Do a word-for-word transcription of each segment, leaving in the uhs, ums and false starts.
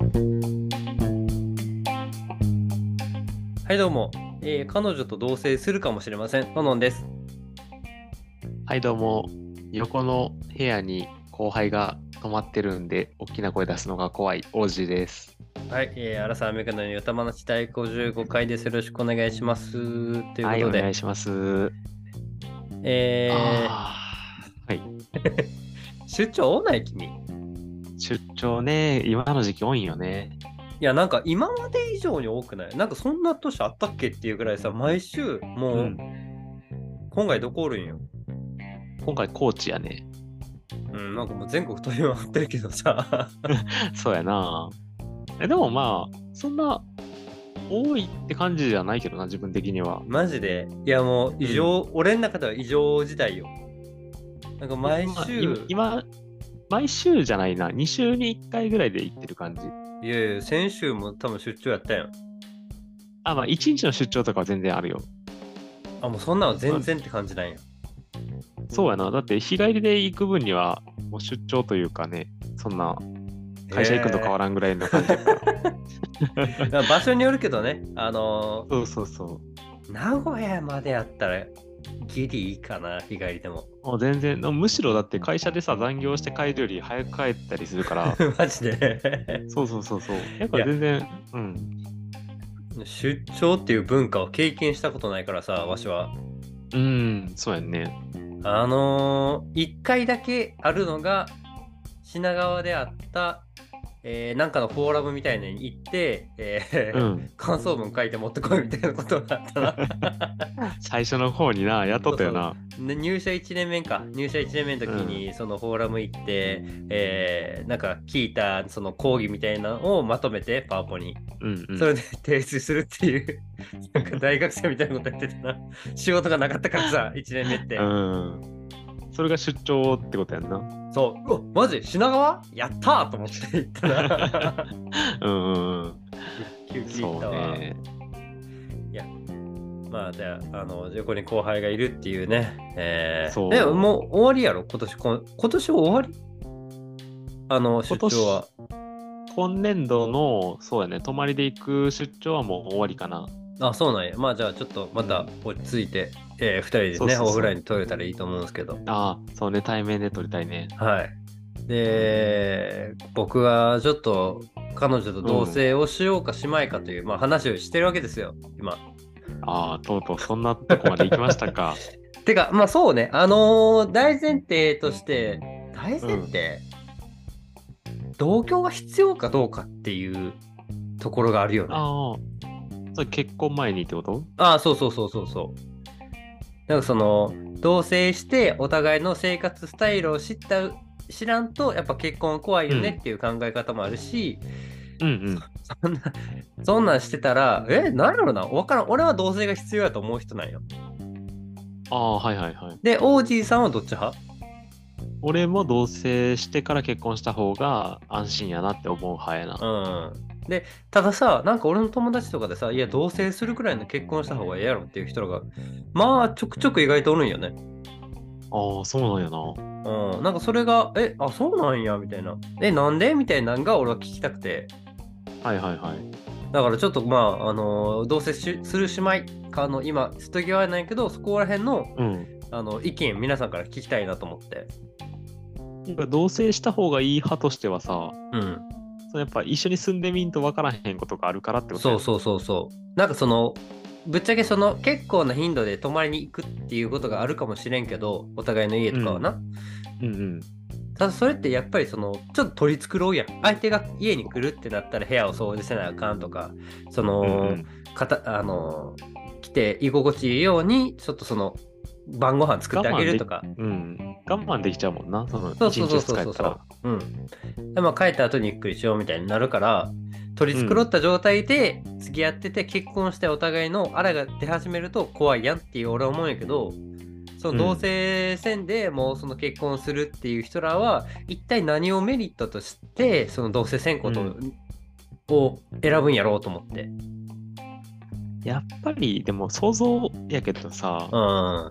はいどうも、えー彼女と同棲するかもしれませんののんです。 はいどうも、横の部屋に後輩が泊まってるんで、大きな声出すのが怖い王子です。 はい、えー、アラサーアメリカのよたまなち第ごじゅうごかいです。よろしくお願いします。というはい、お願ことで、 いします。 えああ、はい。 ー、出張多ない君。い出張ね、今の時期多いんよね。 や、なんか今まで以上に多くない？なんかそんな年あったっけっていうぐらいさ、毎週もう、 うん。 今回どこおるんよ。 今回高知やね。 うん、なんかもう全国飛び回ってるけどさ。 そうやな。え、でもまあ、そんな多いって感じじゃないけどな、自分的には。 マジで。いやもう異うん。 常、俺の中では異常事態よ。なんか毎まあ、今、 週、 今毎週じゃないな。に週にいっかいぐらいで行ってる感じ。 いやいや、先週も多分出張やったやん。 あ、まあ、いちにちの出張とかは全然あるよ。 あ、もうそんなのまあ全然って感じなんや。 そうやな。だって日帰りで行く分には、もう出張というかね、そんな会社行くのと変わへらんぐらいの感じやから。 え。場所によるけどね、あのそうそうそー名古屋までやったらギリいいかな、日帰りでも。 う。もう全然、むしろだって会社でさ、残業して帰るより早く帰ったりするから、 マジで。 そうそうそうそう。だいや、 から全然、うん。 出張っていう文化を経験したことないからさ、わしは。 うん、そうやんね。 あのー、一回だけあるのが、品川であった、えーなんかのフォーラムみたいなのに行って、えーうん。 感想文書いて持ってこいみたいなことがあったな。 最初の方にな、やっとそうそう。 ったよな。 で入社いちねんめか。入社いちねんめの時うん。 に、そのフォーラム行って、えーなんか聞いたその講義みたいなのをまとめて、パワポに。 うんうん。 それで提出するっていう、なんか大学生みたいなことやってたな。仕事がなかったからさ、いちねんめって。 うん。それが出張ってことやんな。 そう、うわ、マジ品川やったーと思って行ったな。 うんうんうん。 急に行っそうたわ。 ね。 いや、まあ、じゃあ、あの、横に後輩がいるっていうね。えー、でもそう。 もう終わりやろ、今年。こ今年終わりあの、 今年、 出張は。 今年度の、そうやね、泊まりで行く出張はもう終わりかな。 あ、そうなんや。まあ、じゃあ、ちょっとまたうん。 落ち着いて、えー、ふたりでそうね、 そうそう。 オフラインに取れたらいいと思うんですけど。 ああ、そうね、対面で撮りたいね。 はい。で、僕はちょっと彼女と同うん。 棲をしようかしまいかという、まあ、話をしてるわけですよ、今。 ああ、とうとうそんなとこまで行きましたか。 てか、まあそうね、あのー大前提として、大うん。 前提同居が必要かどうかっていうところがあるよね。 ああ、それ結婚前にってこと？ ああ、そうそうそうそうそう。なんかその、同棲してお互いの生活スタイルを知った、知らんと、やっぱ結婚は怖いよねうん。 っていう考え方もあるし、 うんうん。 そんな、そんなんしてたら、え、なんやろな、わからん。俺は同棲が必要やと思う人なんよ。 ああ、はいはいはい。 で、オージーさんはどっち派？ 俺も同棲してから結婚した方が安心やなって思う派やな。 うん。で、たださ、なんか俺の友達とかでさ、いや、同棲するくらいの結婚した方がええやろっていう人らが、まあ、ちょくちょく意外とおるんよね。 ああ、そうなんやな。 うん。なんかそれが、え、あ、そうなんや、みたいな。え、なんでみたいなのが俺は聞きたくて。 はいはいはい。 だからちょっと、まあ、あの同棲しする姉妹かの、今、瀬戸際はないけど、そこら辺の、 うん。 あの、意見、皆さんから聞きたいなと思って。 なんか同棲した方がいい派としてはさ、 うん。 そのやっぱ一緒に住んでみんと分からへんことがあるからってことやんな。 そうそうそうそう。なんかその、ぶっちゃけその結構な頻度で泊まりに行くっていうことがあるかもしれんけど、お互いの家うん。 とかはな。 うんうん。 ただそれってやっぱりその、ちょっと取り繕うやん。相手が家に来るってなったら部屋を掃除せなあかんとか、その、 うんうん。 かた、あの、来て居心地いいように、ちょっとその、晩ご飯作ってあげ我慢で、 るとか。 うん。我慢できちゃうもんな。そのそうそうそう一日二そうそうそ日やったら。 う。うん。で、まあ帰った後にゆっくりしようみたいになるから、取り繕っうん。 た状態で付き合ってて結婚してお互いのあらが出始めると怖いやんっていう俺は思うんやけど、その同うん。 性線でもうその結婚するっていう人らは一体何をメリットとしてその同性選考とうん。 を選ぶんやろうと思って。 やっぱり、でも想像やけどさ、 うん。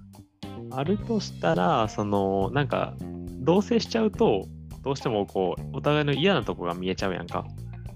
あるとしたら、その、なんか、同棲しちゃうと、どうしてもこう、お互いの嫌なとこが見えちゃうやんか。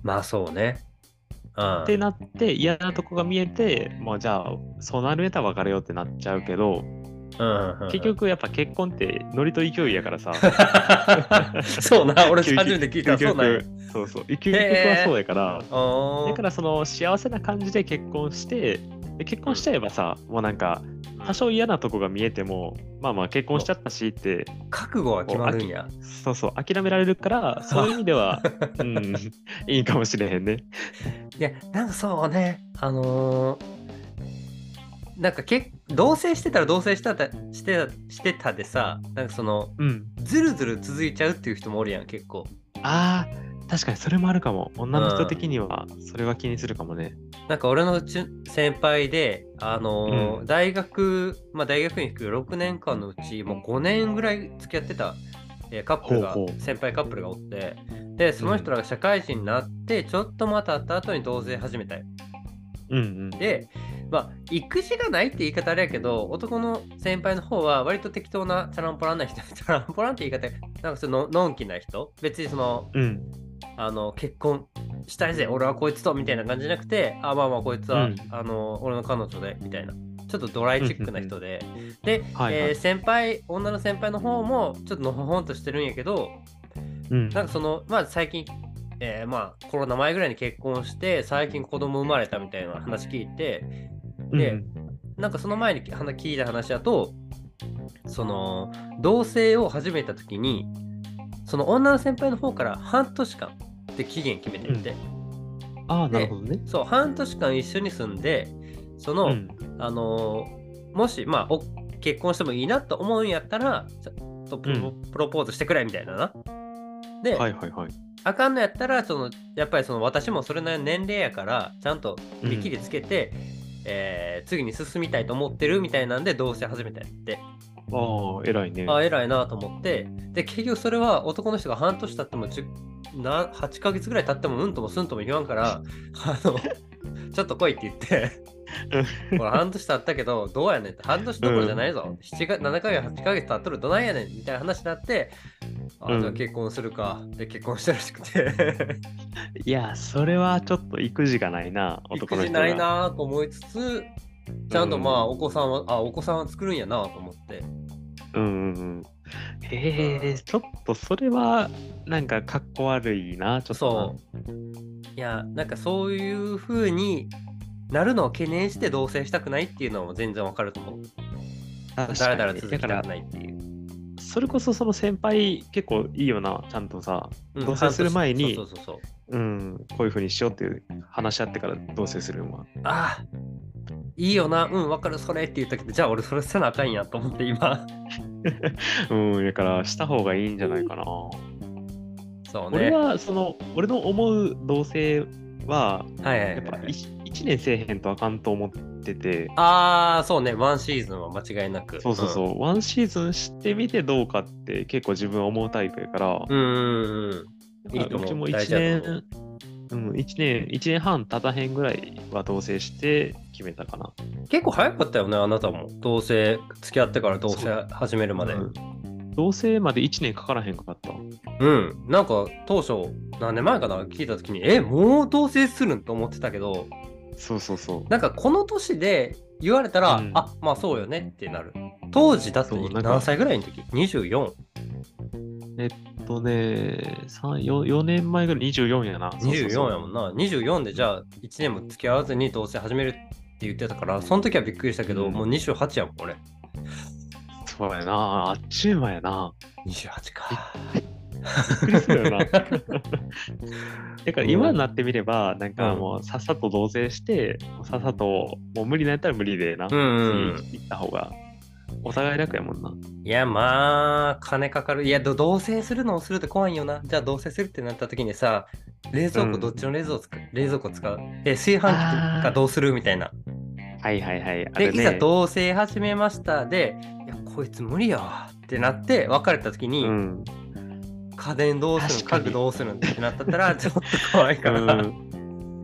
まあそうね。うん。 ってなって嫌なとこが見えて、まあじゃあそうなるんやったら別れようってなっちゃうけど、 うんうんうん、 結局やっぱ結婚ってノリと勢いやからさ。 そうな、俺初究極めて聞いた。 究そうなんや。 極そうそう究極はそうやから、だおー。 からその幸せな感じで結婚して、で結婚しちゃえばさ、もうなんか多少嫌なとこが見えても、まあまあ結婚しちゃったしって覚悟は決まるんや。 そうそう諦められるから、そういう意味ではうんいいかもしれへんね。 いや、なんかそうね、あのーなんかけ同棲してたら同棲したたしてたしてたでさ、なんかそのうんずるずる続いちゃうっていう人もおるやん、結構。 あー確かにそれもあるかも。女の人的うん。 にはそれは気にするかもね。 なんか俺のうち先輩で、あのーうん大学、まあ大学に行くろくねんかんのうち、もうごねんぐらい付き合ってた、えーカップルが、 ほうほう先輩カップルがおって、で、その人らが社会人になって、ちょっとまた経った後に同棲始めたよ。 うんうんで、まあ、育児がないって言い方あれやけど、男の先輩の方は割と適当なチャランポランな人、チャランポランって言い方、なんかそののんきな人、別にその、 うんあの結婚したいぜ、俺はこいつとみたいな感じじゃなくて、あ、まあまあ、こいつは、 うんあの俺の彼女でみたいな、ちょっとドライチックな人で、で、 はいはいえー先輩、女の先輩の方もちょっとのほほんとしてるんやけど、 うんなんかその、まあ最近、えーまあコロナ前ぐらいに結婚して、最近子供生まれたみたいな話聞いて、で、 うんなんかその前に話聞いた話だと、その同棲を始めた時に、その女の先輩の方から半年間で期限決めてって、 ああなるでほどね。 そう半年間一緒に住んで、その、 うんあのーもしまあお結婚してもいいなと思うんやったらちょっとプロ,、 うんプロポーズしてくれみたいなな。で、 はいはいはい。 あかんのやったらそのやっぱりその私もそれなりの年齢やからちゃんと見切りつけて、えー次に進みたいと思ってるみたいなんで同棲始めたんやって。 ああ偉いね。 あ、偉いなと思って、で結局それは男の人が半年経ってもじゅなはちかげつぐらい経ってもうんともすんとも言わんから、あのちょっと来いって言ってこれ半年経ったけどどうやねんって、半年どころじゃないぞ、うん、しちがつななかげつはちかげつ経っとるどないやねんみたいな話になって、あ、じゃあ結婚するか、うん、で結婚したらしくていやそれはちょっと育児がないな、男の人が。 育児ないなと思いつつ、ちゃんとまあお子さんは、うん、あお子さんは作るんやなと思って。 うんうんうん。へえ、ちょっとそれはなんかかっこ悪いな、ちょっと。 そう。いや、なんかそういう風になるのを懸念して同棲したくないっていうのも全然わかると思う。だらだら続きたくないっていう。 それこそその先輩結構いいよな、ちゃんとさ、うん、同棲する前に、そうそうそうそう、うん、こういう風にしようっていう話し合ってから同棲するのは。 ああ、いいよな、うん、わかる、それって言ったけど、じゃあ俺それせなあかんやと思って今。 うん、だからした方がいいんじゃないかな。 そうね。 俺はその俺の思う同棲は、 はいはいはいはい、 やっぱ 1, いちねんせえへんとあかんと思ってて。 ああ、そうね、ワンシーズンは間違いなく。 そうそうそう、うん、ワンシーズンしてみてどうかって結構自分は思うタイプやから。 うんうんうん。いいと思う。 うちもいちねん、うん、いちねん、いちねんはん経たへんぐらいは同棲して決めたかな。 結構早かったよね、あなたも。同棲、付き合ってから同棲始めるまで。うん、 同棲までいちねんかからへんかった。 うん。なんか当初、何年前かな、聞いたときに、え、もう同棲するんと思ってたけど、 そうそうそう。 なんかこの年で言われたら、うん、あ、まあそうよねってなる。当時だって何歳ぐらいの時 ?にじゅうよん? えっとね、よ, よねんまえぐらいにじゅうよんやな。 にじゅうよんやもんな。にじゅうよんでじゃあいちねんも付き合わずに同棲始めるって言ってたから、その時はびっくりしたけど、うん、もうにじゅうはちやもん、俺。 そうやな、あっちゅう間やな。 にじゅうはちか。 びっくりするよな。だから今になってみれば、なんかもうさっさと同棲して、うん、さっさともう無理なんやったら無理でな、うんうん、次行った方がお互い楽やもんな。 いやまあ金かかる。いや同棲するのをするって怖いよな。じゃあ同棲するってなった時にさ、冷蔵庫どっちの冷蔵庫使う、うん、冷蔵庫使う、え炊飯器かどうするみたいな。 はいはいはい。 で、ね、いざ同棲始めましたで、いやこいつ無理やわってなって別れた時に、うん、家電どうするの、家具どうするのってなったらちょっと怖いから、うん、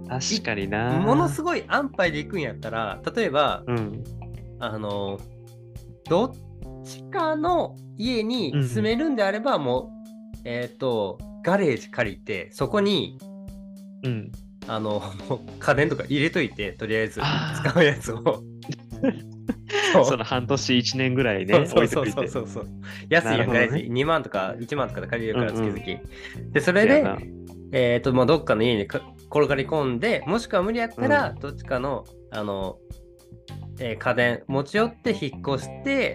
確かにな。 ものすごい安牌で行くんやったら、例えば、うん、あのどっちかの家に住めるんであれば、うん、もうえっ、ー、とガレージ借りてそこにうん。 あの、家電とか入れといて、とりあえず使うやつを。 そその半年いちねんぐらいね、 そうそう置いておいて。 そうそうそう。安いやん、ガレージ、 ね、 にまんとかいちまんとかで借りれるから、月々。 うんうん、 で、それで、えっ、ー、と、まあ、どっかの家にか転がり込んで、もしくは無理やったら、どっちかの、うん、あの、えー、家電持ち寄って引っ越して、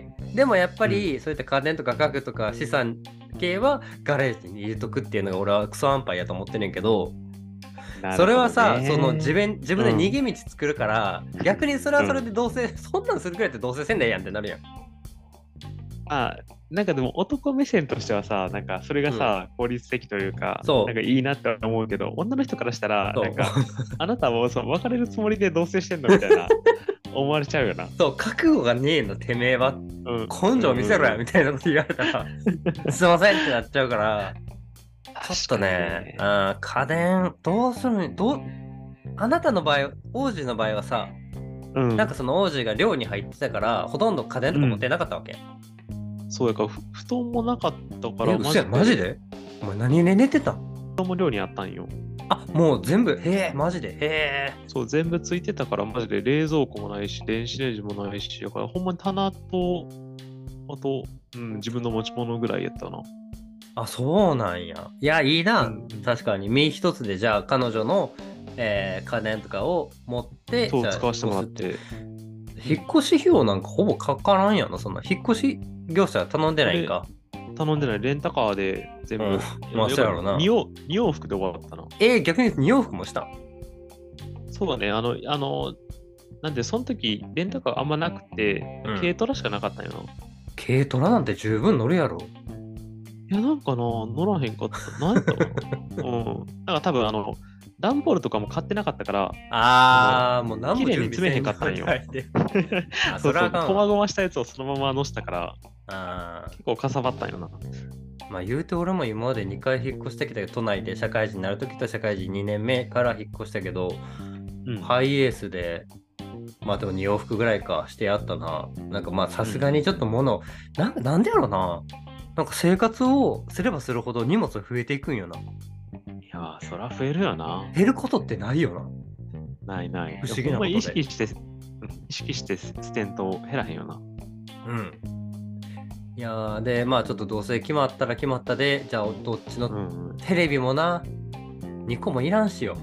でもやっぱり、そういった家電とか家具とか資産系はガレージに入れとくっていうのが俺はクソ安牌やと思ってんねんけど、それはさ、その自分自分で逃げ道作るから、うん、逆にそれはそれでどうせ、うん、そんなんするくらいってどうせせんでええやんってなるやん。 あ、なんかでも男目線としてはさ、なんかそれがさ、うん、効率的というか、 そうなんかいいなって思うけど、女の人からしたら、なんかあなたもそう別れるつもりで同棲してんのみたいな思われちゃうよな。 そう、覚悟がねえの、てめえは。うん、根性見せろや、みたいなこと言われたら、すいませんってなっちゃうから、ちょっとね、あ家電、どうするの、どう、あなたの場合、王子の場合はさ、うん、なんかその王子が寮に入ってたから、ほとんど家電とか持ってなかったわけ、 うん、そうやから、布団もなかったから、 え、マジでマジでお前何で寝てたん？ 布団も寮にあったんよ。 あ、もう全部、へえ、マジで、へえ。 そう、全部ついてたから、マジで冷蔵庫もないし、電子レンジもないし、だからほんまに棚と、あと、うん、自分の持ち物ぐらいやったな。 あ、そうなんや。いや、いいな。うん、確かに。身一つで、じゃあ、彼女の、えー、家電とかを持って、 そう、使わせてもらって。 引っ越し費用なんかほぼかからんやな、そんな。引っ越し業者は頼んでないんか。 頼んでない。レンタカーで全部。うん、 まあ、そうやろな。 に往復で終わったな。 えー、逆にに往復もした？ そうだね。あの、あの、なんで、その時、レンタカーあんまなくて、うん、軽トラしかなかったんよな。 軽トラなんて十分乗るやろ。 いや、なんかな、乗らへんかった。なんやったのうん。なんか多分、あの、段ボールとかも買ってなかったから、 ああ、もう何も綺麗に詰めへんかったんよ。そうそう、こまごましたやつをそのまま乗せたから、あ結構かさばったんよな。 まあ言うて俺も今までにかい引っ越してきたけど、都内で社会人になるときと社会人にねんめから引っ越したけど、うん、ハイエースで、まあでもに往復ぐらいかしてやったな。なんかまあさすがにちょっと物、うん、な, なんでやろうな。なんか生活をすればするほど荷物増えていくんよな。 いやー、そら増えるよな。 減ることってないよな。ないない。 不思議なことで。 意識して、意識して捨てんと減らへんよな。 うん。いやー、で、まあちょっとどうせ決まったら決まったで、じゃあどっちのテレビもな、うん、にこもいらんしよ。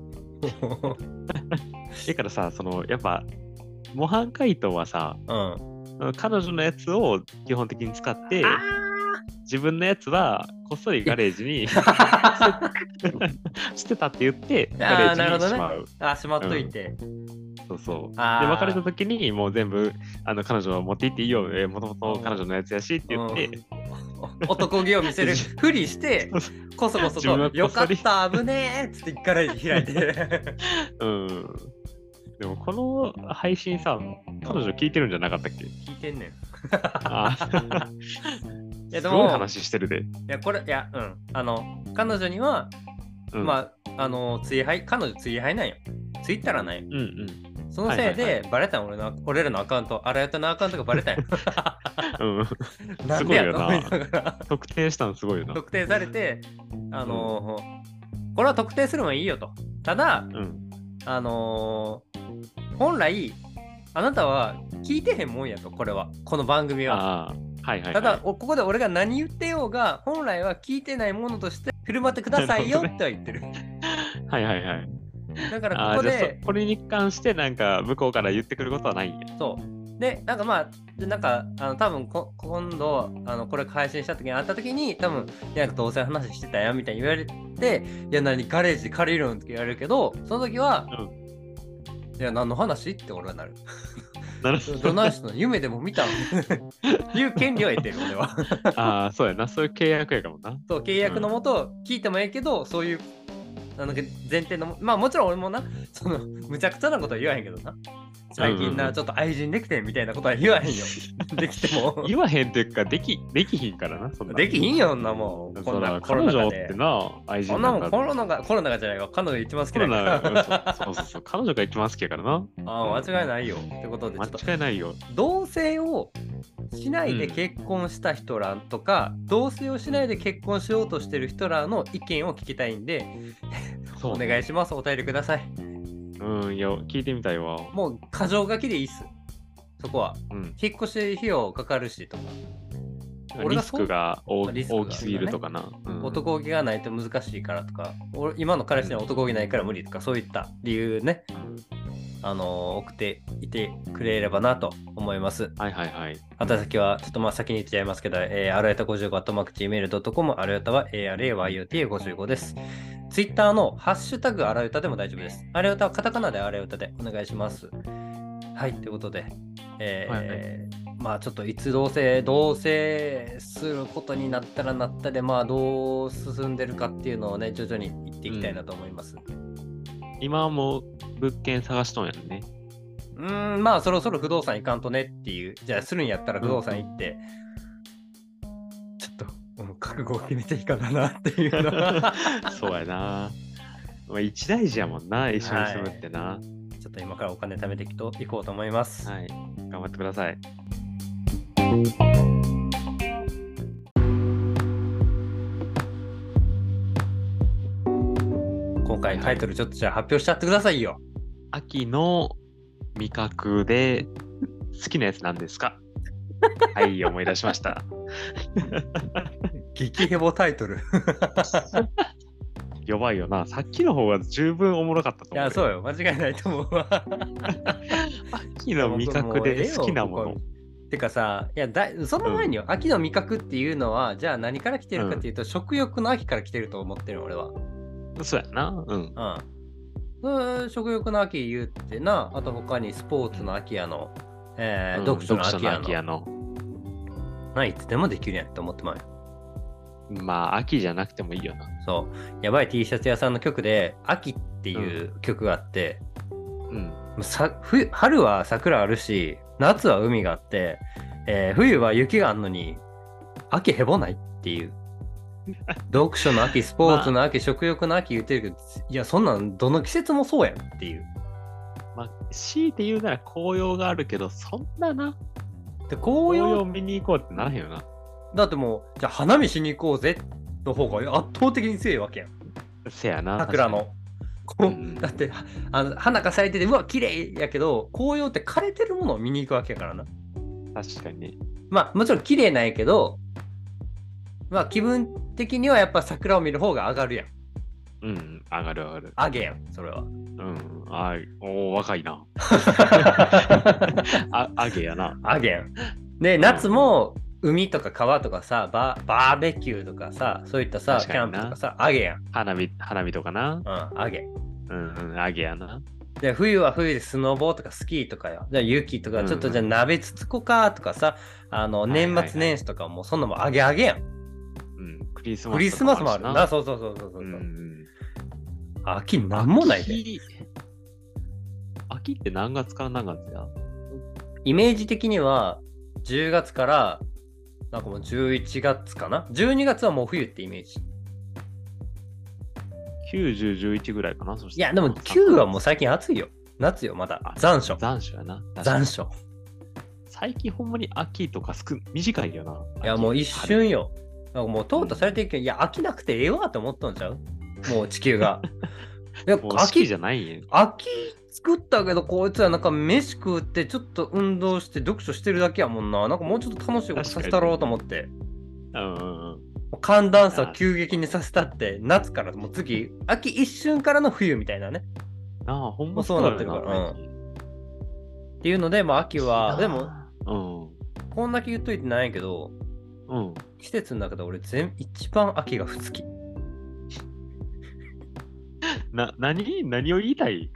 だからさ、その、やっぱ、模範解答はさ、うん、彼女のやつを基本的に使って、自分のやつはこっそりガレージに捨てたって言ってガレージにしまう。 あ、ね、しまっといて、 うん、そうそう。で別れた時にもう全部あの彼女は持って行っていいよ、もともと彼女のやつやしって言って、 うん、男気を見せるふりしてこそこそとよかった危ねえっつってガレージ開いてうん。でもこの配信さ、彼女聞いてるんじゃなかったっけ？ 聞いてんねん。 あいやでもすごい話してるで。いやこれいやうんあの彼女には、うん、まああの追廃彼女追廃なんよ。ツイッターらないよ。 うんうん。 そのせいで、はいはいはい、バレたん俺の俺らのアカウントあらやたのアカウントがバレたんよ。 うん。 なんでやと思いながら特定したんすごいよな。 特定されてあのーうん、これは特定するのはいいよと。ただ、うん、あのー、本来あなたは聞いてへんもんやとこれはこの番組は。 あはいはいはい、 ただここで俺が何言ってようが本来は聞いてないものとして振る舞ってくださいよっては言ってる。 はいはいはい。 だからここでこれに関してなんか向こうから言ってくることはないんや。 そうでなんかまあなんかあの多分こ今度あのこれ配信した時に会った時に多分いやどうせ話してたよみたいに言われていや何ガレージ借りるんって言われるけどその時は、うん、いや何の話って俺はなる。どないしたの夢でも見たいう権利を得てる俺は。 ああそうやなそういう契約やかもな。 そう契約のもと聞いてもええけど、うん、そういうなんか前提のまあもちろん俺もなそのむちゃくちゃなことは言わへんけどな最近な、うん、ちょっと愛人できてみたいなことは言わへんよ。できても言わへんっていうかできできひんからな。そんなできひんよんなもう。 こんな彼女ってな愛人なんか。こんなもんコロナがコロナがじゃないわ彼女が一番好きだから。 そうそうそう彼女が一番好きやからな。 ああ間違いないよってことでちょっと間違いないよ。 同棲をしないで結婚した人らとか、うん、同棲をしないで結婚しようとしてる人らの意見を聞きたいんでお願いします。お便りください。 うん、いや、聞いてみたいわ。 もう、箇条書きでいいっす。そこは。うん、引っ越し費用かかるしとか。 リスクが 大, リスクが、ね、大きすぎるとかな。 うん、男気がないと難しいからとか、俺今の彼氏には男気ないから無理とか、そういった理由ね、うん、あの送っていてくれればなと思います。 はいはいはい。 あた先は、ちょっとまあ先に言っちゃいますけど、えー、アルヤタごじゅうごアットマークジーメールドットコム、アルヤタは エーアールエーワイユーティーごじゅうご です。ツイッターのハッシュタグアラユタでも大丈夫です。アラユタはカタカナでアラユタでお願いします。はい、ということで、えーはいはい、まあちょっといつ同棲、同棲することになったらなったで、まあどう進んでるかっていうのをね、徐々に言っていきたいなと思います。うん、 今はもう物件探しとんやんね。 うーん、まあそろそろ不動産行かんとねっていう、じゃあするんやったら不動産行って、うん、ちょっと、うん、覚悟を決めていいかなっていうのは。 そうやな。まあ、一大事やもんな、一緒に住むってな。はい、 ちょっと今からお金貯めていこうと思います。 はい。頑張ってください。 今回タイトルちょっとじゃあ発表しちゃってくださいよ。 秋の味覚で好きなやつなんですか？はい、思い出しました。 激ヘボタイトル。 やばいよな。さっきの方が十分おもろかったと思う。 いや、そうよ。間違いないと思うわ。 秋の味覚で好きなもの。 てかさ、いやだその前に、うん、秋の味覚っていうのは、じゃあ何から来てるかっていうと、うん、食欲の秋から来てると思ってる俺は。 そうやな。うん。 うん。食欲の秋言ってな、あと他にスポーツの秋やの、えーうん、読書の秋やの。秋やのないつでもできるやんって思ってまうよ。 まあ、秋じゃなくてもいいよな。 そう。やばい T シャツ屋さんの曲で、秋っていう曲があって、うん、さ冬春は桜あるし、夏は海があって、えー、冬は雪があるのに、秋へぼないっていう。読書の秋、スポーツの秋、まあ、食欲の秋言ってるけど、いや、そんなんどの季節もそうやんっていう。 まあ、強いて言うなら紅葉があるけど、そんなな。 で紅葉、 紅葉見に行こうってならへんよな。 だってもう、じゃあ花見しに行こうぜの方が圧倒的に強いわけやん。 せやな。 桜の。こう、うん、だってあの花が咲いててうわ綺麗やけど、紅葉って枯れてるものを見に行くわけやからな。 確かに。 まあもちろん綺麗なんやけど、まあ気分的にはやっぱ桜を見る方が上がるやん。 うん、上がる上がる。 上げやん、それは。 うん、あお若いな。あ、上げやな。 上げやん。で、夏も、うん海とか川とかさ、バー、バーベキューとかさ、そういったさ、キャンプとかさ、あげやん。 花火、花火とかな。 うん、あげ。 うんうん、あげやな。 で、冬は冬でスノボーとかスキーとかよ。じゃあ雪とか、ちょっとじゃあ鍋つつこかとかさ、あの、年末年始とかもそんなもんあげあげやん。 うん、クリスマス。 クリスマスもあるな。そうそうそうそうそう。うん、秋なんもないで。 秋、秋って何月から何月や？ イメージ的にはじゅうがつからなんかもうじゅういちがつかな ?じゅうにがつはもう冬ってイメージ。 きゅうじゅう、じゅういちぐらいかな。そしていや、でもきゅうはもう最近暑いよ。夏よ、まだ。残暑。 残暑やな。 残暑。 最近ほんまに秋とかすく短いよな。 いや、もう一瞬よ。なんかもう淘汰されていくけど、いや、秋なくてええわって思ったんちゃうもう地球が。 いや、秋じゃないんや。 秋作ったけど、こいつはなんか飯食ってちょっと運動して読書してるだけやもんな。なんかもうちょっと楽しいことさせたろうと思って。 うんうんうん。 寒暖差を急激にさせたって、夏からもう次、秋一瞬からの冬みたいなね。 ああ、ほんまそうなってるから。うん、っていうので、まあ秋は、でも、うん、こんだけ言っといてないけど、うん、季節の中で俺全一番秋が好き。 な、何何を言いたい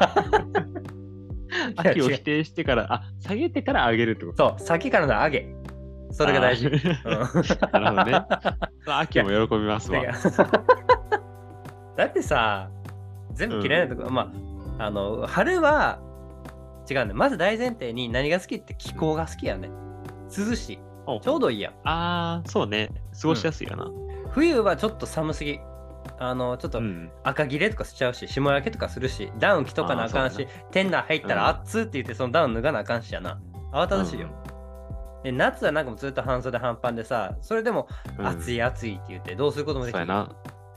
秋を否定してから、あ、下げてから上げるってこと？ そう、先からの上げ。それが大事。うん、 なるほどね。秋も喜びますわ。 だってさ、全部嫌いなところ、うん、まあ、あの、春は違うんだよ。まず大前提に何が好きって気候が好きやね。涼しい。ちょうどいいやん。 ああ、そうね。過ごしやすいよな。うん、 冬はちょっと寒すぎ。あのちょっと赤切れとかしちゃうし、霜焼けとかするし、ダウン着とかなあかんし、店内入ったら熱って言ってそのダウン脱がなあかんしやな。慌ただしいよ。うん、で夏はなんかもずっと半袖半パンでさ、それでも暑い暑いって言ってどうすることもできる。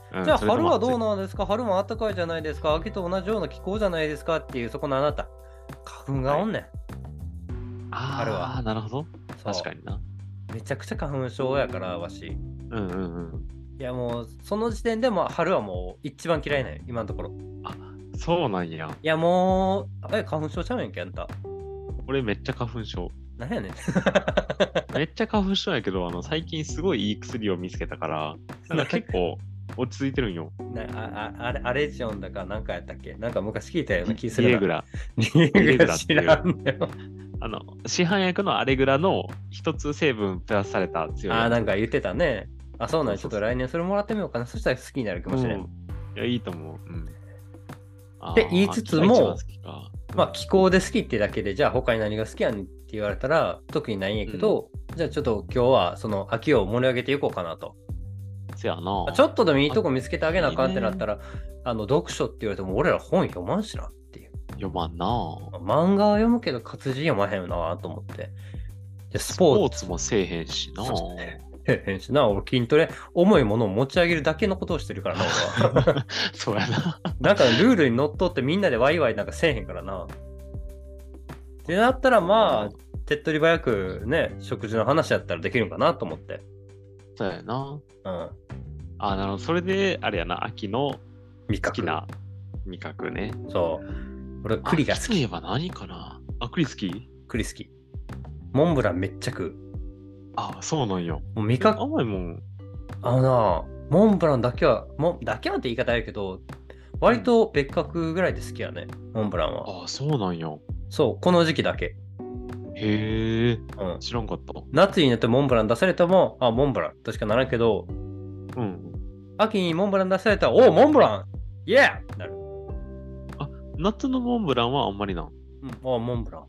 うん、 じゃあそれとも暑い春はどうなんですか？春も暖かいじゃないですか。秋と同じような気候じゃないですかっていう、そこのあなた。花粉がおんねん。春は。 ああ、なるほど。確そかにな。 う。めちゃくちゃ花粉症やから、わし。 うんうんうん。 いやもう、その時点でもう春はもう一番嫌いなんよ、今のところ。 あ、そうなんや。 いやもう、え、花粉症ちゃうんやんけ、あんた。 俺めっちゃ花粉症。 なんやねん。 めっちゃ花粉症やけど、あの、最近すごいいい薬を見つけたから、なんか結構落ち着いてるんよ。 なあああれアレジオンだかなんかやったっけ？なんか昔聞いたような気するな。 リエグラ。 リエグラ知らんねよ。 あの、市販薬のアレグラの一つ成分プラスされた強いああ、 やつ。 なんか言ってたね。あ、そうなんや。ちょっそうそうそうと来年それもらってみようかな。そしたら好きになるかもしれん。 うん、いや、いいと思う。うん。あで言いつつも秋が一番好きかまあ気候で好きってだけで、じゃあ他に何が好きやねんって言われたら特にないんやけど、じゃあちょっと今日はその秋を盛り上げていこうかなと。 せやな。 ちょっとでもいいとこ見つけてあげなあかんってなったら、あの読書って言われても俺ら本読まんしなっていう。 読まんな。 漫画は読むけど活字読まへんよなと思って。でススポーツポーツもせえへんしな。 へへんしな、俺筋トレ、重いものを持ち上げるだけのことをしてるからな、俺は。 そうやな。 なんかルールにのっとってみんなでワイワイなんかせえへんからな。ってなったらまあ、手っ取り早くね、食事の話やったらできるんかなと思って。 そうやな。 うん。 あ、なるほど。それで、あれやな、秋の味覚。 好きな味覚ね。 そう。俺、栗が好き。 秋といえば何かな。あ、栗好き？ 栗好き。モンブランめっちゃ食う。 あ、そうなんよ。 もう味覚、 甘いもん。 あのな、モンブランだけは、もだけはって言い方やけど、割と別格ぐらいで好きやね、モンブランは。 あ、そうなんよ。 そう、この時期だけ。 へえ、 うん。 知らんかった。 夏になってモンブラン出されても、あ、モンブランとしかならんけど、 うん。 秋にモンブラン出されたら、おお、モンブランイエーなる。 あ、夏のモンブランはあんまりなん。 うん、あ、モンブラン。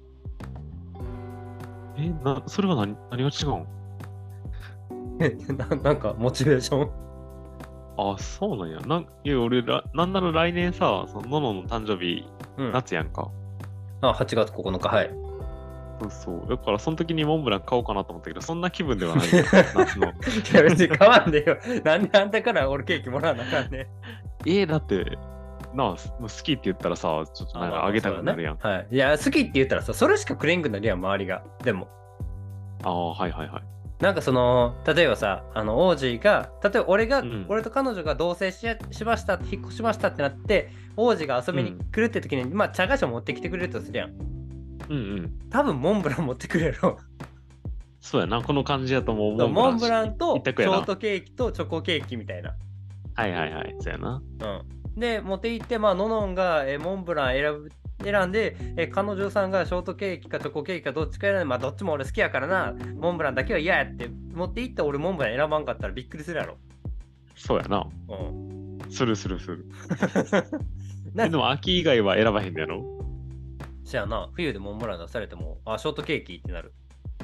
え、な、それは何、何が違うん？ えななんか、モチベーション。 あ、そうなんや。なんいや、俺ら、なんなら来年さ、その、ののの誕生日、 うん。 夏やんか。 あ、はちがつここのか、はい。 そうそう。だから、その時にモンブラン買おうかなと思ったけど、そんな気分ではないよ。夏の。 いや、別に買わんでよ。なんであんたから俺ケーキもらわなあかんね。 えー、だって、なあ、す好きって言ったらさ、ちょっとなんかあげたくなるやん。 あまあまあそうだねはい。いや、好きって言ったらさ、それしかくれんくなるやん、周りが。でも。 ああ、はいはいはい。 なんかその、例えばさ、あの、王子が、例えば俺が、 うん俺と彼女が同棲しやしましたって、引っ越しましたってなって、王子が遊びに来るって時に、まあ、茶菓子を持ってきてくれるとするやん。 うんうん。 多分、モンブラン持ってくれるやろ。 そうやな、この感じやともうそうモンブランとシ一択やなョートケーキとチョコケーキみたいな。 はいはいはい、そうやな。 うん。で、持って行って、まあ、ののんが、えーモンブラン選ぶ。選んで、えー彼女さんがショートケーキかチョコケーキかどっちか選んで、まあどっちも俺好きやからな、モンブランだけは嫌やって持って行った俺モンブラン選ばんかったらびっくりするやろ。 そうやな。 うん。 するするする。 なえでも秋以外は選ばへんのやろ？ じゃあな、冬でモンブラン出されても、あ、ショートケーキってなる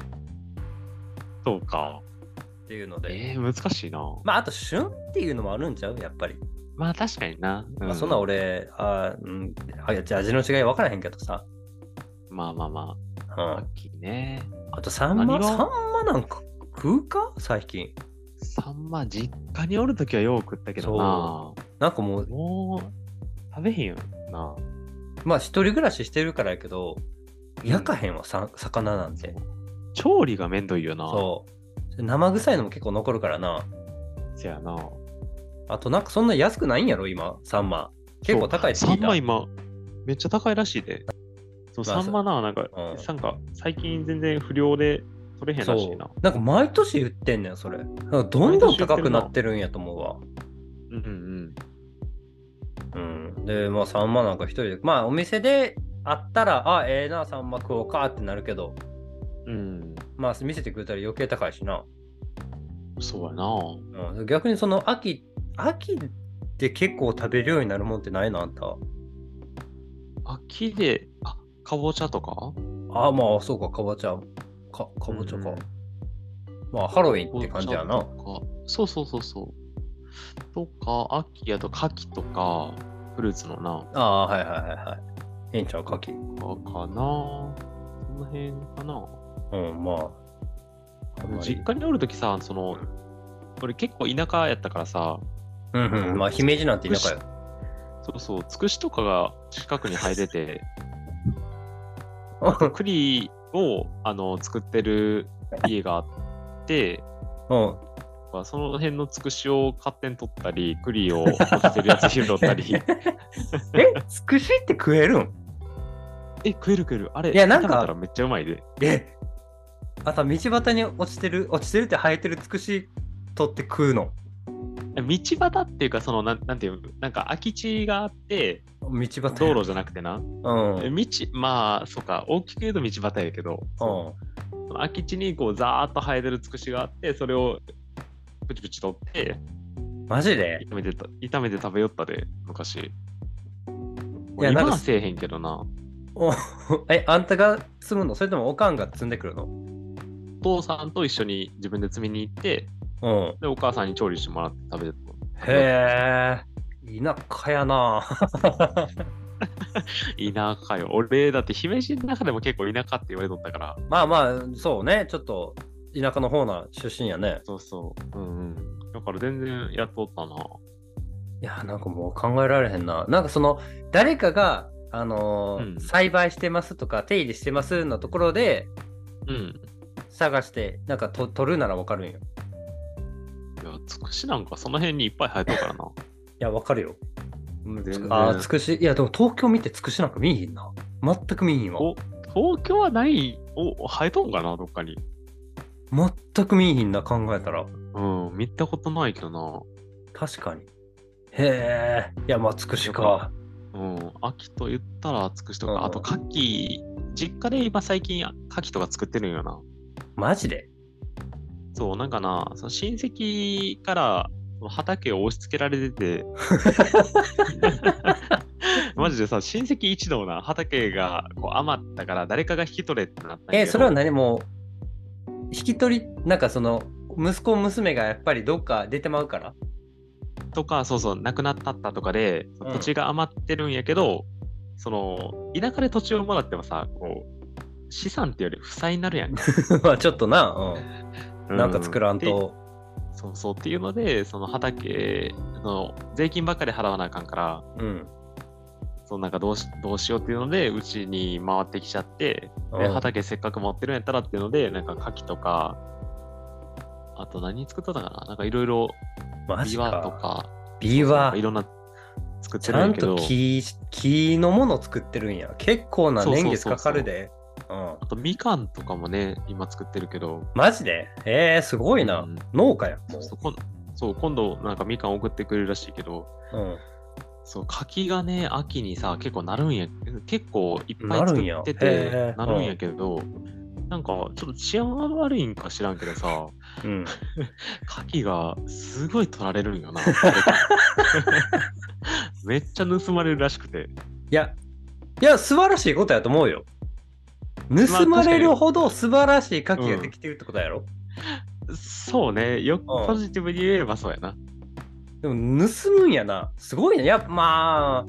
そうか。 っていうので。 えー、難しいな。 まああと旬っていうのもあるんちゃうやっぱり。 まあ確かにな。うんまあ、そんな俺、あ、うん、あ、いや、じゃあ味の違い分からへんけどさ。 まあまあまうん。 あ。秋ね。 あとサンマ何がサンマなんか食うか最近。 サンマ、実家におるときはよう食ったけどな。 なんかもう、 もう、食べへんよな。 まあ一人暮らししてるからやけど、焼かへんわ、さ魚なんて。 調理がめんどいよな。 そう。生臭いのも結構残るからな。 せやな。 あとなんかそんな安くないんやろ、今、サンマ。結構高いって聞いた。 サンマ今、めっちゃ高いらしいで。そう、 まあサンマな、なんか、 うんなんか、最近全然不良で取れへんらしいな。 なんか毎年言ってんねん、それ。なんかどんどん高くなってるんやと思うわ。 うんうんうん。で、まあサンマなんか一人で、まあお店であったら、あ、ええな、サンマ食おうかってなるけど、 うん。うん。 まあ見せてくれたら余計高いしな。 そうやな。 うん、逆にその秋、秋で結構食べるようになるもんってないのあんた。 秋で、あ、かぼちゃとか？ ああ、まあそうか、かぼちゃ。か、かぼちゃか。 うんまあハロウィンって感じやな。 かぼちゃとかそうそうそうそう。とか、秋やと牡蠣とか、フルーツのな。 ああ、はいはいはいはい。ええんちゃう、かき。 かかな。その辺かな。 うん、まあ。あんまり実家におるときさ、その、俺結構田舎やったからさ、 うんうん。まあ、姫路なんて田舎よ。 そうそう、つくしとかが近くに生えてて、あと栗をあの作ってる家があって、 うん。 その辺のつくしを勝手に取ったり、栗を落ちてるやつ拾ったり。 え、つくしって食えるん？ え、食える食える。あれ、 いや、なんか、 炒めたらめっちゃうまいで。 え、あと道端に落ちてる、落ちてるって生えてるつくし取って食うの？ 道端っていうか、その、なん、なんていうの、なんか空き地があって、 道端。 道路じゃなくてな。 うん。 道、まあ、そうか、大きく言うと道端やけど、その空き地にこう、ザーッと生えてるつくしがあって、それをプチプチ取って、 マジで？ 炒めてた、炒めて食べよったで、昔。 いや、 今なんかはせえへんけどな。 おえ、あんたが積むの？それともおかんが積んでくるの？ お父さんと一緒に自分で積みに行って、 うん。 で、お母さんに調理してもらって食べてた。 へえ、田舎やな。 田舎よ。俺、だって姫路の中でも結構田舎って言われとったから。 まあまあ、そうね。ちょっと田舎の方な出身やね。 そうそう。うんうん。だから全然やっとったな。 いや、なんかもう考えられへんな。なんかその、誰かが、あのーうん栽培してますとか、手入れしてますのところでうん。 探して、なんかと取るならわかるんよ。 いや、つくしなんかその辺にいっぱい生えとるからな。 いや、わかるよ。うん全然ああ、つくし。いや、でも東京見てつくしなんか見えへんな。全く見えへんわ。 お、東京はない、お、生えとんかな、どっかに。 全く見えへんな、考えたら。 うん、見たことないけどな。 確かに。へえ。いや、まあ、つくしか。 うん、秋と言ったらつくしとか、 うんあと牡蠣、実家で今最近牡蠣とか作ってるんよな。 マジで？ そう、なんかな、その親戚から畑を押し付けられてて、マジでさ、親戚一同な畑がこう余ったから誰かが引き取れってなったんやけど。 え、それは何もう、引き取り、なんかその、息子、娘がやっぱりどっか出てまうから？ とか、そうそう、亡くなったったとかで、 うん土地が余ってるんやけど、その、田舎で土地をもらってもさ、こう、資産っていうより負債になるやんか。 まあ、ちょっとな、うん。なんか作らんでと。 そうそうっていうので、その畑の税金ばっかり払わなあかんから、 うん。 そうなんかどうしどうしようっていうので、うちに回ってきちゃって、でうん畑せっかく持ってるんやったらっていうので、なんか牡蠣とか、あと何作っとったかななんかいろいろ、 マジビワとか。 か、 ビワいろんな作っちゃんとてるんやけど、 木、木のもの作ってるんや。結構な年月かかるで。うん。 あとみかんとかもね、今作ってるけど、 マジで？ええー、すごいな。 うん農家や。もそうそうこんそう今度なんかみかん送ってくれるらしいけど、 う。うん。 そう柿がね、秋にさ、結構なるんや、結構いっぱないるんや作ってへーて、なるんやけど、なんかちょっと治安が悪いんか知らんけどさ、 うん。 牡蠣がすごい取られるんよな。めっちゃ盗まれるらしくて。 いや、いや、素晴らしいことやと思うよ。盗まれるほど素晴らしい牡蠣ができてるってことやろ、 そうね、よくポジティブに言えばそうやな。 でも盗むんやな。すごいね。やっぱまあ、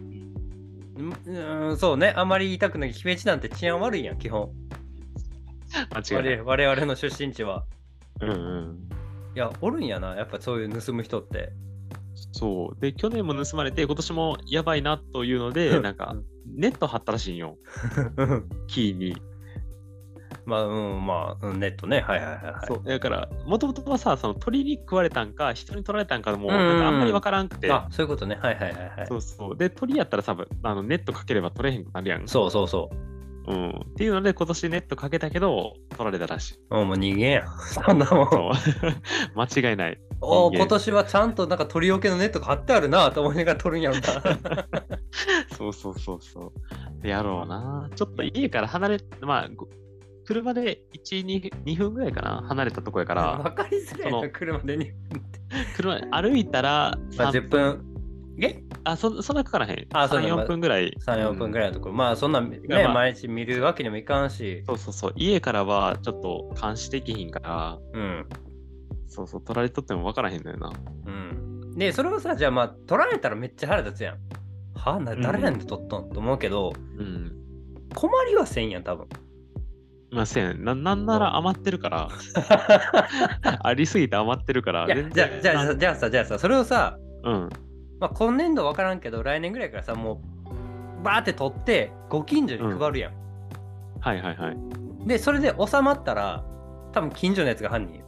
うん、そうね。あまり言いたくない。姫路なんて治安悪いやん、基本。 間違いない。 我々の出身地は。 うんうん。 いや、おるんやな。やっぱそういう盗む人って。 そう。で、去年も盗まれて、今年もやばいなというので、なんか、ネット張ったらしいんよ。キーに。 まあ、うん、まあ、ネットね。はいはいはい、はい。 そう。だから、もともとはさ、その鳥に食われたんか、人に取られたんかも、 うんなんかあんまりわからんくて。 あ、そういうことね。はいはいはいはい。 そうそう。で、鳥やったらさ、あのネットかければ取れへんくなるやん。 そうそうそう。 うん。っていうので、今年ネットかけたけど、取られたらしい。 うん、もう逃げやん。そんなもん。 そう。間違いない。 おお、 人間今年はちゃんとなんか鳥よけのネットが貼ってあるなと思いながら撮るんやろな。 そうそうそうそう。やろうな。ちょっと家から離れ、まあ、ご車でいち、に、にふんぐらいかな、離れたとこやから、 わかりづらいな、 その車でに。 車歩いたらまあ、 さんじゅっぷん。えあ、そそんなかからへん。さん、 あそうねよんぷんぐらい。 さん、よんぷんぐらいのところ。まあ、そんなね、 まあ毎日見るわけにもいかんし。 そうそうそう。家からはちょっと監視できひんから、 うん。 そうそう、取られとっても分からへんのよな。 うん。で、それはさ、じゃあまあ、取られたらめっちゃ腹立つやん。はな、誰なんで取ったん、と思うけど、 うん。 困りはせんやん、多分。 まあ、せん。な、なんなら余ってるから、ありすぎて余ってるから、 いや、じゃあ、じゃあ、じゃあさ、じゃあさ、それをさ、 うん。 まあ、今年度分からんけど、来年ぐらいからさ、もう、バーって取って、ご近所に配るやん。うん、 はいはいはい。 で、それで収まったら、多分近所のやつが犯人よ。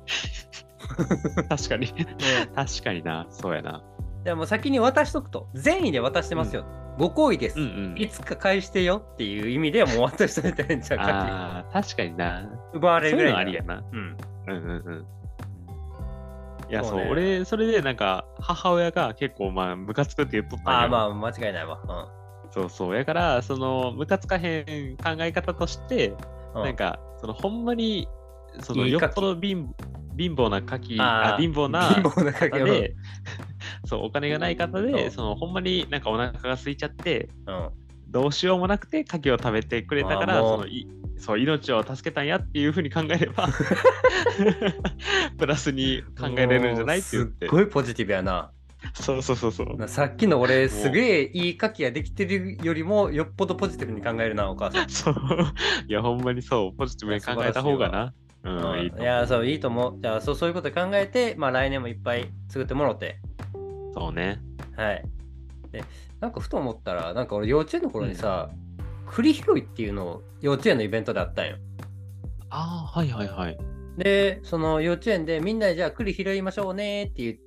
確かに。確かにな。そうやな。 でも先に渡しとくと。善意で渡してますよ。うん、ご好意です、うんうん。いつか返してよっていう意味ではもう渡しといてるんちゃうかっていう。 ああ、確かにな。 奪われるぐらい。 そういうのありやな。うん。うんうんうん。いや、そう、そうね、俺、それでなんか、母親が結構、まあ、ムカつくって言っとったんよ。 ああ、まあ、間違いないわ。 うん。そうそう。やから、その、ムカつかへん考え方として、うん、なんか、その、ほんまに、その、よっぽど貧貧乏な牡蠣、あ貧乏な貧乏な牡蠣で、そう、お金がない方で、うん、その、ほんまになんかお腹が空いちゃって、うん、どうしようもなくて牡蠣を食べてくれたから、そのいそう命を助けたんやっていうふうに考えればプラスに考えれるんじゃないって言って。 すっごいポジティブやな。 そうそうそうそう。 さっきの俺すげえいい牡蠣ができてるよりもよっぽどポジティブに考えるなお母さん。 そう。いやほんまにそうポジティブに考えた方がな。 うん、うん、いいいやそういいと思う。じゃあそうそういうこと考えてまあ来年もいっぱい作ってもらって。 そうね。 はい。でなんかふと思ったらなんか俺幼稚園の頃にさ、うん、栗拾いっていうのを幼稚園のイベントであったんよ。 ああはいはいはい。 でその幼稚園でみんなでじゃあ栗拾いましょうねって言って。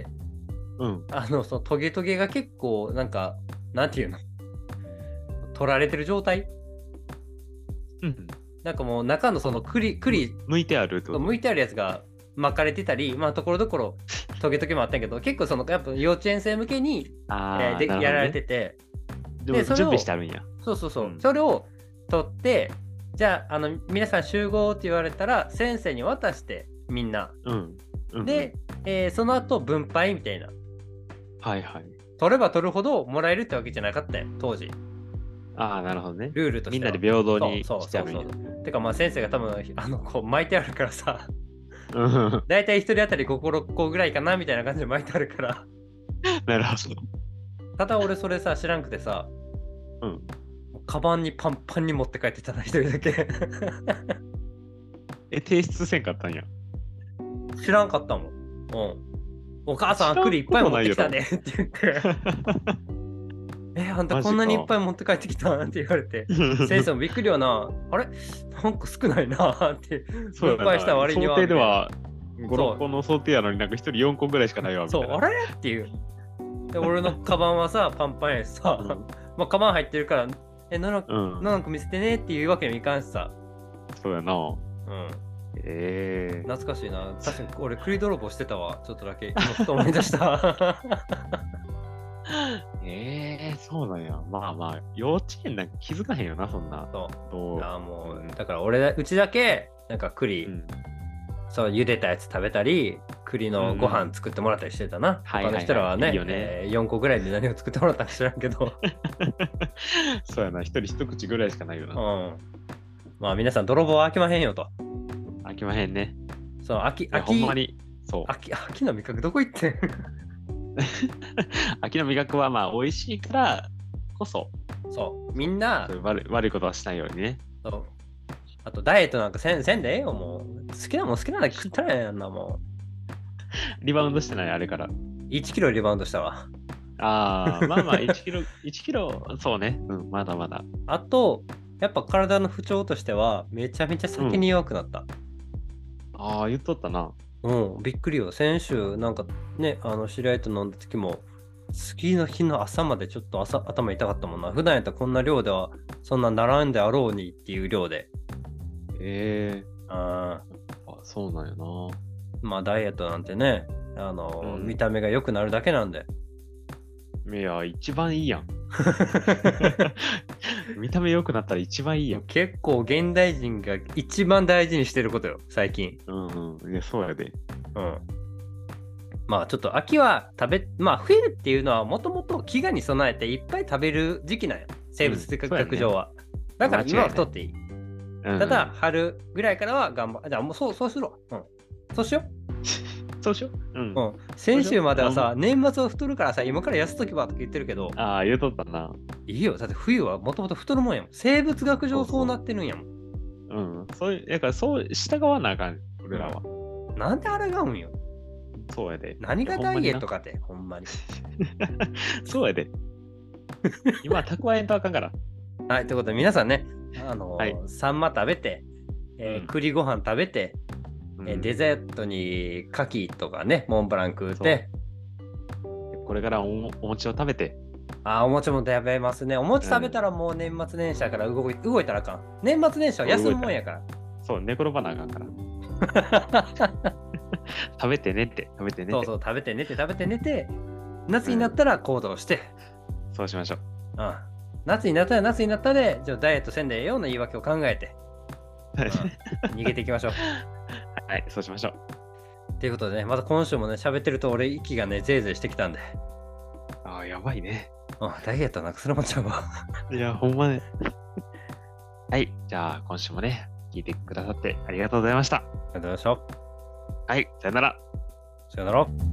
うん、あのそのトゲトゲが結構なんかなんていうの取られてる状態、うん、なんかもう中のその栗栗剥いてある剥いてあるやつが巻かれてたりまあところどころトゲトゲもあったんやけど結構そのやっぱ幼稚園生向けに、えーでね、やられててでそれを準備してあるんやそうそうそう、うん、それを取ってじゃあ、あの皆さん集合って言われたら先生に渡してみんな、うんうん、で、えー、その後分配みたいなはいはい。 取れば取るほどもらえるってわけじゃなかったよ、当時。 ああ、なるほどね。 ルールとしてみんなで平等にしてあるんや。 てかまあ先生が多分あのこう巻いてあるからさ、だいたいひとり当たりごころっこぐらいかなみたいな感じで巻いてあるから。 なるほど。 ただ俺それさ知らんくてさ、うん。カバンにパンパンに持って帰ってたな一人だけ。 え、提出せんかったんや。 知らんかったもん。うん。お母さん、栗いっぱい持ってきたねって言って。え、あんたこんなにいっぱい持って帰ってきたって言われて、先生もびっくりよな。あれなんか少ないなって。 そうだな。割には想定ではご、ろっこの想定やのになんかひとりよんこぐらいしかないわみたいな。 そう、あれっていう。で、俺のカバンはさ、パンパンやしさ、うん、まあ、カバン入ってるから、え、ななこ見せてねっていうわけにもいかんしさ。 そうやな。うん。 えー、懐かしいな。確かに俺栗泥棒してたわ。ちょっとだけ今ふと思い出した。 えー、そうなんや。まあまあ幼稚園なんか気づかへんよなそんな。 そうあもう、うん、だから俺うちだけなんか栗、うん、そう茹でたやつ食べたり栗のご飯作ってもらったりしてたな。うん、他の人らはね、はいはいはい、いいね、えー、よんこぐらいで何を作ってもらったか知らんけど。 そうやな。一人一口ぐらいしかないよな。うん。 まあ皆さん泥棒は飽きまへんよと。 飽きまへんね。 そう、秋、秋、 ほんまに、そう。 秋、秋の味覚どこ行ってん秋の味覚はまあ美味しいからこそ。 そう、みんなそう悪、悪いことはしないようにね。 そう。あと、ダイエットなんかせん、せんでええよ、もう。好きなもん好きなだけ食ったらええやんな、もう。リバウンドしてない、あれから。 いちキロリバウンドしたわ。 ああ、まあまあ、いちキロ、いちキロ、そうね。うん、まだまだ。 あと、やっぱ体の不調としては、めちゃめちゃ酒に弱くなった。うんああ、言っとったな。 うん、びっくりよ。先週、なんかね、あの、知り合いと飲んだ時も、次の日の朝までちょっと朝頭痛かったもんな。普段やったらこんな量では、そんな並んであろうにっていう量で。 ええー。 ああ、そうなんやな。 まあ、ダイエットなんてね、あの、うん、見た目が良くなるだけなんで。 いや、一番いいやん。見た目良くなったら一番いいやん。 結構現代人が一番大事にしてることよ、最近。 うんうん。いや、そうやで。 うん。まあちょっと秋は食べ、まあ冬っていうのはもともと飢餓に備えていっぱい食べる時期なんよ。生物学上は。うんね、だから今は太っていい。うん、ただ、春ぐらいからは頑張る。じゃあもうそう、そうするわ。うん。そうしよう。 そうしよう。うん。うん、 先週まではさ、年末は太るからさ、今から痩せとけばとか言ってるけど。 ああ、言うとったな。 いいよ。だって冬はもともと太るもんやもん。生物学上そうなってるんやもん。 そうそううん。そういう、だからそう、従わなあかん、俺らは。 なんであれがうんよ。 そうやで。 何がダイエットかって、ほんまに。 そうやで。今、蓄えんとあかんから。 はい、ということで、皆さんね、あのーはい、サンマ食べて、えーうん、栗ご飯食べて、うん、えー、デザートに牡蠣とかね、モンブラン食うて、 これから お, お餅を食べて。 あ、お餅も食べますね。お餅食べたらもう年末年始だから動い、動いたらあかん。年末年始は休むもんやから。 そう、寝転ばなあかんから。食べてねって、食べてねって。 そうそう、食べてねって、食べてねって、夏になったら行動して。 うん、そうしましょう。 うん。夏になったら夏になったで、じゃあダイエットせんでええような言い訳を考えて、うん、逃げていきましょう。 はい、そうしましょう。 ということでね、また今週もね、喋ってると俺、息がね、ぜいぜいしてきたんで。 ああ、やばいね。 あ、ダイエットなくすのもちゃうわ。 いや、ほんまね。はい、じゃあ今週もね、聞いてくださってありがとうございました。ありがとうございました。 はい、さよなら。 さよなら。